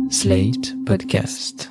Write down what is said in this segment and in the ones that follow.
Slate Podcast.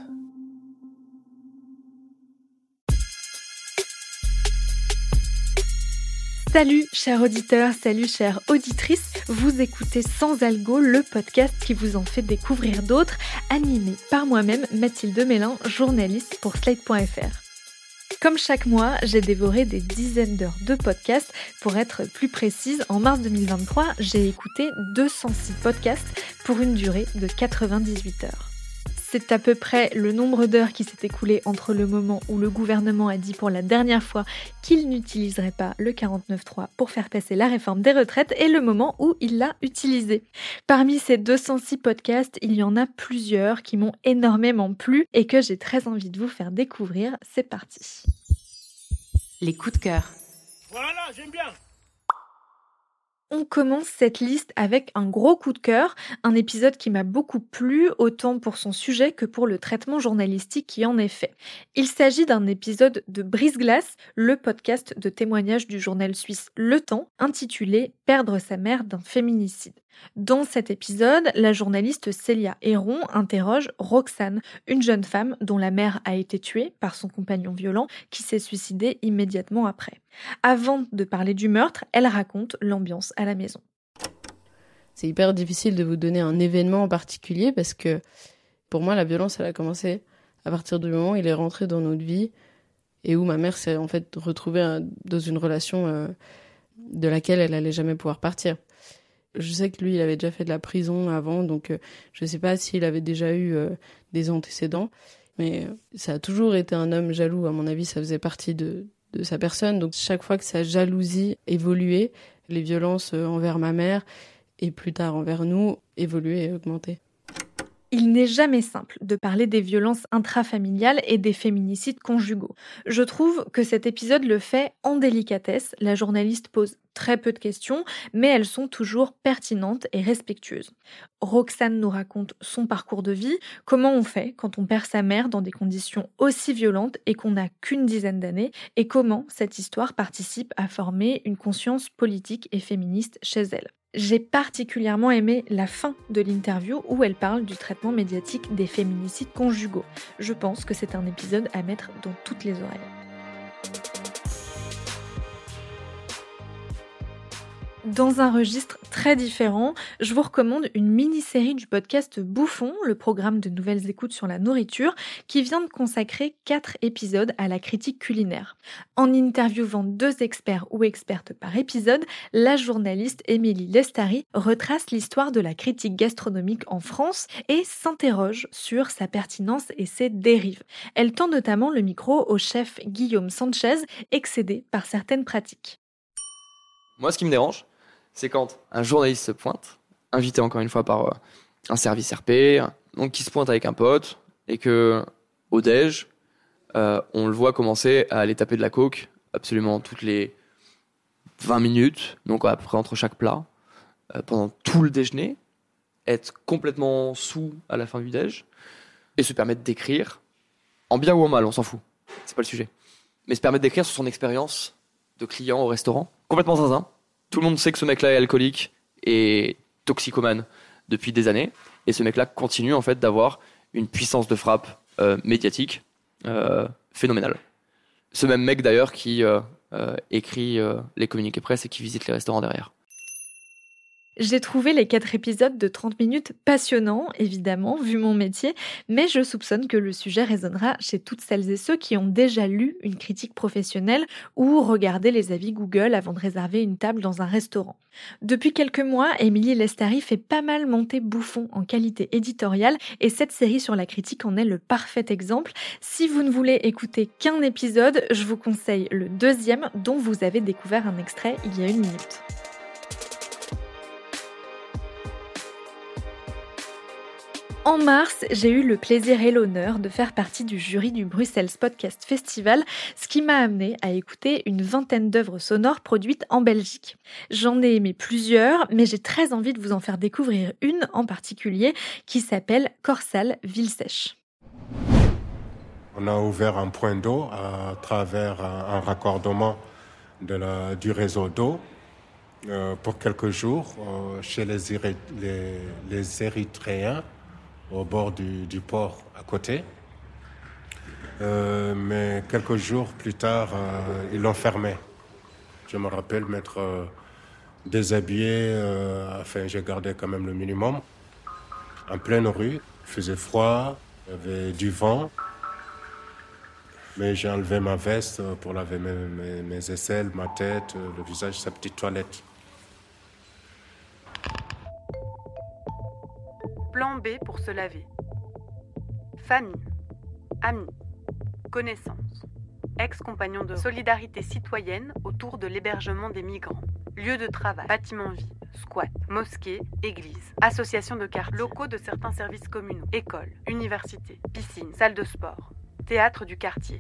Salut chers auditeurs, salut chères auditrices, vous écoutez Sans Algo, le podcast qui vous en fait découvrir d'autres, animé par moi-même, Mathilde Mélin, journaliste pour Slate.fr. Comme chaque mois, j'ai dévoré des dizaines d'heures de podcasts. Pour être plus précise, en mars 2023, j'ai écouté 206 podcasts pour une durée de 98 heures. C'est à peu près le nombre d'heures qui s'est écoulé entre le moment où le gouvernement a dit pour la dernière fois qu'il n'utiliserait pas le 49.3 pour faire passer la réforme des retraites et le moment où il l'a utilisé. Parmi ces 206 podcasts, il y en a plusieurs qui m'ont énormément plu et que j'ai très envie de vous faire découvrir. C'est parti. Les coups de cœur. Voilà, j'aime bien. On commence cette liste avec un gros coup de cœur, un épisode qui m'a beaucoup plu, autant pour son sujet que pour le traitement journalistique qui en est fait. Il s'agit d'un épisode de Brise-Glace, le podcast de témoignage du journal suisse Le Temps, intitulé « Perdre sa mère d'un féminicide ». Dans cet épisode, la journaliste Célia Héron interroge Roxane, une jeune femme dont la mère a été tuée par son compagnon violent qui s'est suicidé immédiatement après. Avant de parler du meurtre, elle raconte l'ambiance à la maison. C'est hyper difficile de vous donner un événement en particulier parce que pour moi, la violence, elle a commencé à partir du moment où il est rentré dans notre vie et où ma mère s'est en fait retrouvée dans une relation de laquelle elle allait jamais pouvoir partir. Je sais que lui, il avait déjà fait de la prison avant, donc je sais pas s'il avait déjà eu des antécédents, mais ça a toujours été un homme jaloux. À mon avis, ça faisait partie de sa personne. Donc chaque fois que sa jalousie évoluait, les violences envers ma mère et plus tard envers nous évoluaient et augmentaient. Il n'est jamais simple de parler des violences intrafamiliales et des féminicides conjugaux. Je trouve que cet épisode le fait en délicatesse. La journaliste pose très peu de questions, mais elles sont toujours pertinentes et respectueuses. Roxane nous raconte son parcours de vie, comment on fait quand on perd sa mère dans des conditions aussi violentes et qu'on n'a qu'une dizaine d'années, et comment cette histoire participe à former une conscience politique et féministe chez elle. J'ai particulièrement aimé la fin de l'interview où elle parle du traitement médiatique des féminicides conjugaux. Je pense que c'est un épisode à mettre dans toutes les oreilles. Dans un registre très différent, je vous recommande une mini-série du podcast Bouffon, le programme de nouvelles écoutes sur la nourriture, qui vient de consacrer 4 épisodes à la critique culinaire. En interviewant 2 experts ou expertes par épisode, la journaliste Émilie Lestari retrace l'histoire de la critique gastronomique en France et s'interroge sur sa pertinence et ses dérives. Elle tend notamment le micro au chef Guillaume Sanchez, excédé par certaines pratiques. Moi, ce qui me dérange, c'est quand un journaliste se pointe, invité encore une fois par un service RP, donc qui se pointe avec un pote, et que au déj, on le voit commencer à aller taper de la coke absolument toutes les 20 minutes, donc à peu près entre chaque plat, pendant tout le déjeuner, être complètement saoul à la fin du déj, et se permettre d'écrire, en bien ou en mal, on s'en fout, c'est pas le sujet, mais se permettre d'écrire sur son expérience de client au restaurant, complètement zinzin. Tout le monde sait que ce mec-là est alcoolique et toxicomane depuis des années. Et ce mec-là continue en fait d'avoir une puissance de frappe médiatique phénoménale. Ce même mec d'ailleurs qui écrit les communiqués presse et qui visite les restaurants derrière. J'ai trouvé les 4 épisodes de 30 minutes passionnants, évidemment, vu mon métier, mais je soupçonne que le sujet résonnera chez toutes celles et ceux qui ont déjà lu une critique professionnelle ou regardé les avis Google avant de réserver une table dans un restaurant. Depuis quelques mois, Émilie Lestari fait pas mal monter Bouffon en qualité éditoriale et cette série sur la critique en est le parfait exemple. Si vous ne voulez écouter qu'un épisode, je vous conseille le 2e dont vous avez découvert un extrait il y a 1 minute. En mars, j'ai eu le plaisir et l'honneur de faire partie du jury du Bruxelles Podcast Festival, ce qui m'a amené à écouter une 20aine d'œuvres sonores produites en Belgique. J'en ai aimé plusieurs, mais j'ai très envie de vous en faire découvrir une en particulier qui s'appelle Corsal Ville Sèche. On a ouvert un point d'eau à travers un raccordement du réseau d'eau pour quelques jours chez les Érythréens au bord du port à côté. Mais quelques jours plus tard, ils l'ont fermé. Je me rappelle m'être déshabillé, j'ai gardé quand même le minimum. En pleine rue, il faisait froid, il y avait du vent. Mais j'ai enlevé ma veste pour laver mes aisselles, ma tête, le visage, sa petite toilette. Plan B pour se laver. Famille, amis, connaissances, ex-compagnons de solidarité citoyenne autour de l'hébergement des migrants, lieux de travail, bâtiments vides, squats, mosquées, églises, associations de quartier, locaux de certains services communaux, écoles, universités, piscines, salles de sport, théâtre du quartier.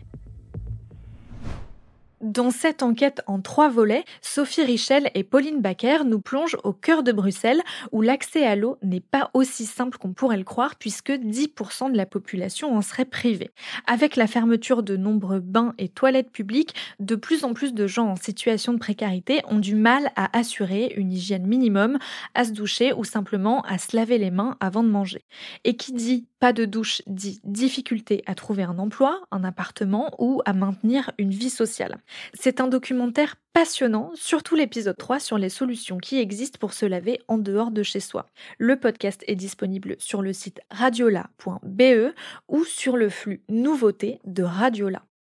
Dans cette enquête en 3 volets, Sophie Richel et Pauline Bacquer nous plongent au cœur de Bruxelles, où l'accès à l'eau n'est pas aussi simple qu'on pourrait le croire, puisque 10% de la population en serait privée. Avec la fermeture de nombreux bains et toilettes publiques, de plus en plus de gens en situation de précarité ont du mal à assurer une hygiène minimum, à se doucher ou simplement à se laver les mains avant de manger. Et qui dit pas de douche dit difficulté à trouver un emploi, un appartement ou à maintenir une vie sociale. C'est un documentaire passionnant, surtout l'épisode 3 sur les solutions qui existent pour se laver en dehors de chez soi. Le podcast est disponible sur le site radiola.be ou sur le flux nouveautés de Radiola.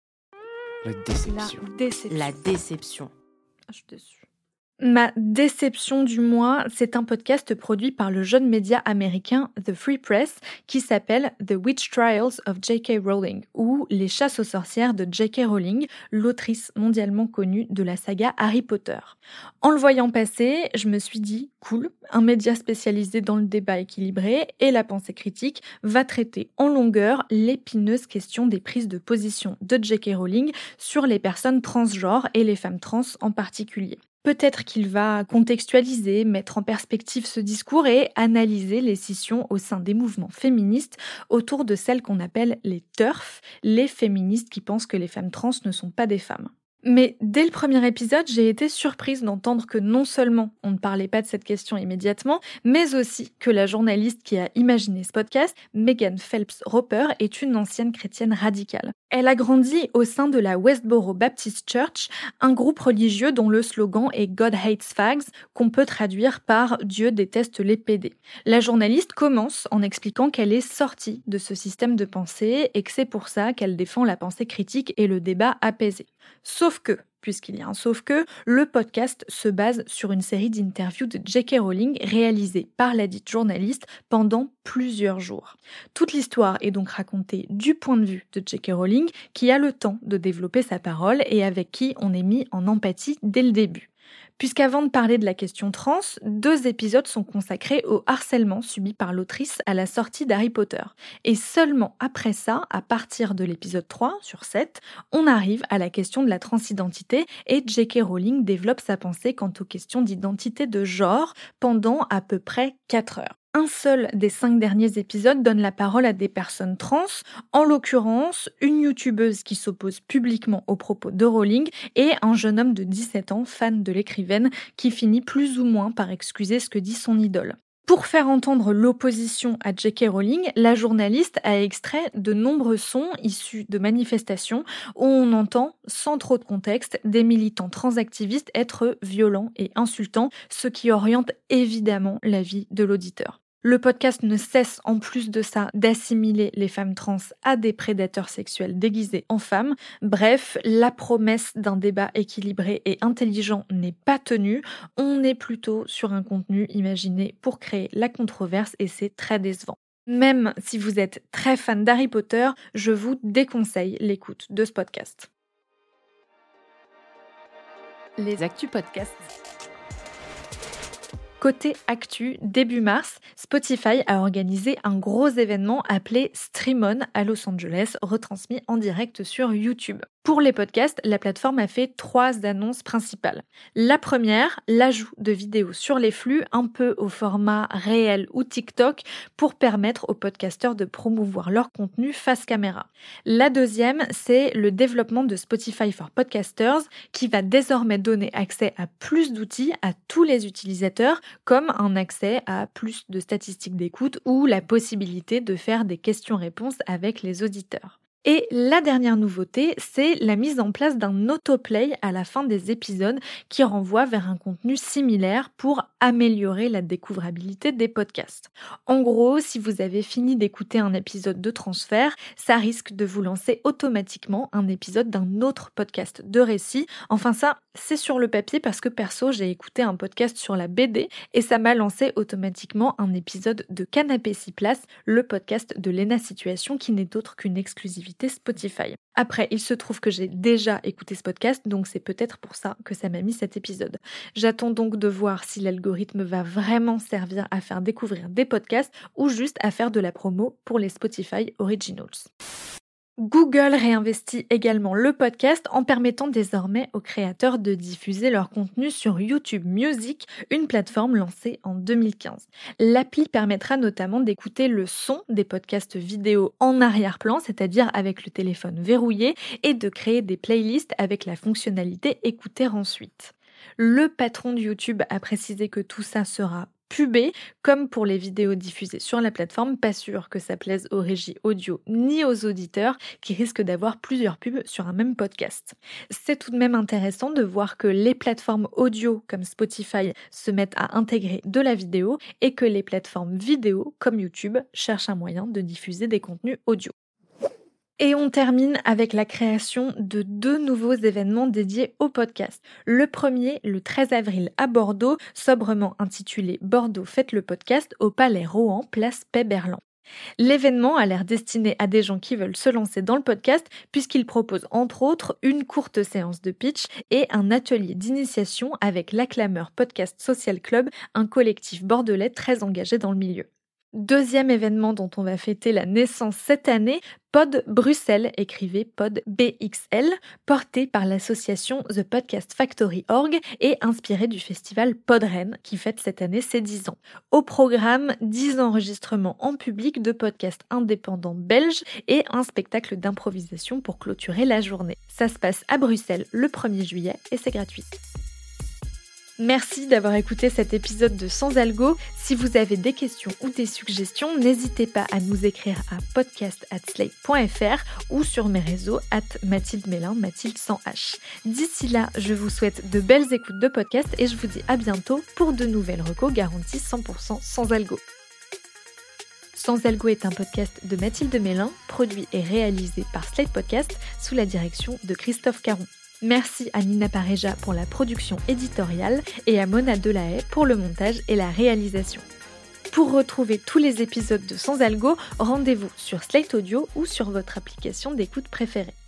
La déception. La déception. Je suis déçue. Ma déception du mois, c'est un podcast produit par le jeune média américain The Free Press qui s'appelle The Witch Trials of J.K. Rowling ou Les chasses aux sorcières de J.K. Rowling, l'autrice mondialement connue de la saga Harry Potter. En le voyant passer, je me suis dit, cool, un média spécialisé dans le débat équilibré et la pensée critique va traiter en longueur l'épineuse question des prises de position de J.K. Rowling sur les personnes transgenres et les femmes trans en particulier. Peut-être qu'il va contextualiser, mettre en perspective ce discours et analyser les scissions au sein des mouvements féministes autour de celles qu'on appelle les TERF, les féministes qui pensent que les femmes trans ne sont pas des femmes. Mais dès le premier épisode, j'ai été surprise d'entendre que non seulement on ne parlait pas de cette question immédiatement, mais aussi que la journaliste qui a imaginé ce podcast, Megan Phelps-Roper, est une ancienne chrétienne radicale. Elle a grandi au sein de la Westboro Baptist Church, un groupe religieux dont le slogan est God Hates Fags, qu'on peut traduire par Dieu déteste les PD. La journaliste commence en expliquant qu'elle est sortie de ce système de pensée et que c'est pour ça qu'elle défend la pensée critique et le débat apaisé. Sauf que, puisqu'il y a un sauf que, le podcast se base sur une série d'interviews de J.K. Rowling réalisées par la dite journaliste pendant plusieurs jours. Toute l'histoire est donc racontée du point de vue de J.K. Rowling, qui a le temps de développer sa parole et avec qui on est mis en empathie dès le début. Puisqu'avant de parler de la question trans, 2 épisodes sont consacrés au harcèlement subi par l'autrice à la sortie d'Harry Potter. Et seulement après ça, à partir de l'épisode 3 sur 7, on arrive à la question de la transidentité et J.K. Rowling développe sa pensée quant aux questions d'identité de genre pendant à peu près 4 heures. Un seul des 5 derniers épisodes donne la parole à des personnes trans, en l'occurrence une youtubeuse qui s'oppose publiquement aux propos de Rowling et un jeune homme de 17 ans, fan de l'écrivaine, qui finit plus ou moins par excuser ce que dit son idole. Pour faire entendre l'opposition à J.K. Rowling, la journaliste a extrait de nombreux sons issus de manifestations où on entend, sans trop de contexte, des militants transactivistes être violents et insultants, ce qui oriente évidemment la vie de l'auditeur. Le podcast ne cesse en plus de ça d'assimiler les femmes trans à des prédateurs sexuels déguisés en femmes. Bref, la promesse d'un débat équilibré et intelligent n'est pas tenue. On est plutôt sur un contenu imaginé pour créer la controverse et c'est très décevant. Même si vous êtes très fan d'Harry Potter, je vous déconseille l'écoute de ce podcast. Les Actus Podcasts. Côté actu, début mars, Spotify a organisé un gros événement appelé Stream On à Los Angeles, retransmis en direct sur YouTube. Pour les podcasts, la plateforme a fait 3 annonces principales. La première, l'ajout de vidéos sur les flux, un peu au format réel ou TikTok, pour permettre aux podcasteurs de promouvoir leur contenu face caméra. La deuxième, c'est le développement de Spotify for Podcasters, qui va désormais donner accès à plus d'outils à tous les utilisateurs, comme un accès à plus de statistiques d'écoute ou la possibilité de faire des questions-réponses avec les auditeurs. Et la dernière nouveauté, c'est la mise en place d'un autoplay à la fin des épisodes qui renvoie vers un contenu similaire pour améliorer la découvrabilité des podcasts. En gros, si vous avez fini d'écouter un épisode de Transfert, ça risque de vous lancer automatiquement un épisode d'un autre podcast de récit. Enfin ça, c'est sur le papier parce que perso, j'ai écouté un podcast sur la BD et ça m'a lancé automatiquement un épisode de Canapé 6 places, le podcast de Léna Situation qui n'est autre qu'une exclusivité Spotify. Après, il se trouve que j'ai déjà écouté ce podcast, donc c'est peut-être pour ça que ça m'a mis cet épisode. J'attends donc de voir si l'algorithme va vraiment servir à faire découvrir des podcasts ou juste à faire de la promo pour les Spotify Originals. Google réinvestit également le podcast en permettant désormais aux créateurs de diffuser leur contenu sur YouTube Music, une plateforme lancée en 2015. L'appli permettra notamment d'écouter le son des podcasts vidéo en arrière-plan, c'est-à-dire avec le téléphone verrouillé, et de créer des playlists avec la fonctionnalité écouter ensuite. Le patron de YouTube a précisé que tout ça sera pubé, comme pour les vidéos diffusées sur la plateforme, pas sûr que ça plaise aux régies audio ni aux auditeurs qui risquent d'avoir plusieurs pubs sur un même podcast. C'est tout de même intéressant de voir que les plateformes audio comme Spotify se mettent à intégrer de la vidéo et que les plateformes vidéo comme YouTube cherchent un moyen de diffuser des contenus audio. Et on termine avec la création de 2 nouveaux événements dédiés au podcast. Le premier, le 13 avril à Bordeaux, sobrement intitulé « Bordeaux fête le podcast » au Palais Rohan, place Paix-Berland. L'événement a l'air destiné à des gens qui veulent se lancer dans le podcast puisqu'il propose entre autres une courte séance de pitch et un atelier d'initiation avec l'Acclameur Podcast Social Club, un collectif bordelais très engagé dans le milieu. Deuxième événement dont on va fêter la naissance cette année, Pod Bruxelles, écrivez Pod BXL, porté par l'association The Podcast Factory Org et inspiré du festival Podren qui fête cette année ses 10 ans. Au programme, 10 enregistrements en public de podcasts indépendants belges et un spectacle d'improvisation pour clôturer la journée. Ça se passe à Bruxelles le 1er juillet et c'est gratuit. Merci d'avoir écouté cet épisode de Sans Algo. Si vous avez des questions ou des suggestions, n'hésitez pas à nous écrire à podcast@slate.fr ou sur mes réseaux @Mathilde Mélin, Mathilde sans H. D'ici là, je vous souhaite de belles écoutes de podcasts et je vous dis à bientôt pour de nouvelles recos garanties 100% sans algo. Sans Algo est un podcast de Mathilde Mélin, produit et réalisé par Slate Podcast sous la direction de Christophe Caron. Merci à Nina Pareja pour la production éditoriale et à Mona Delahaye pour le montage et la réalisation. Pour retrouver tous les épisodes de Sans Algo, rendez-vous sur Slate Audio ou sur votre application d'écoute préférée.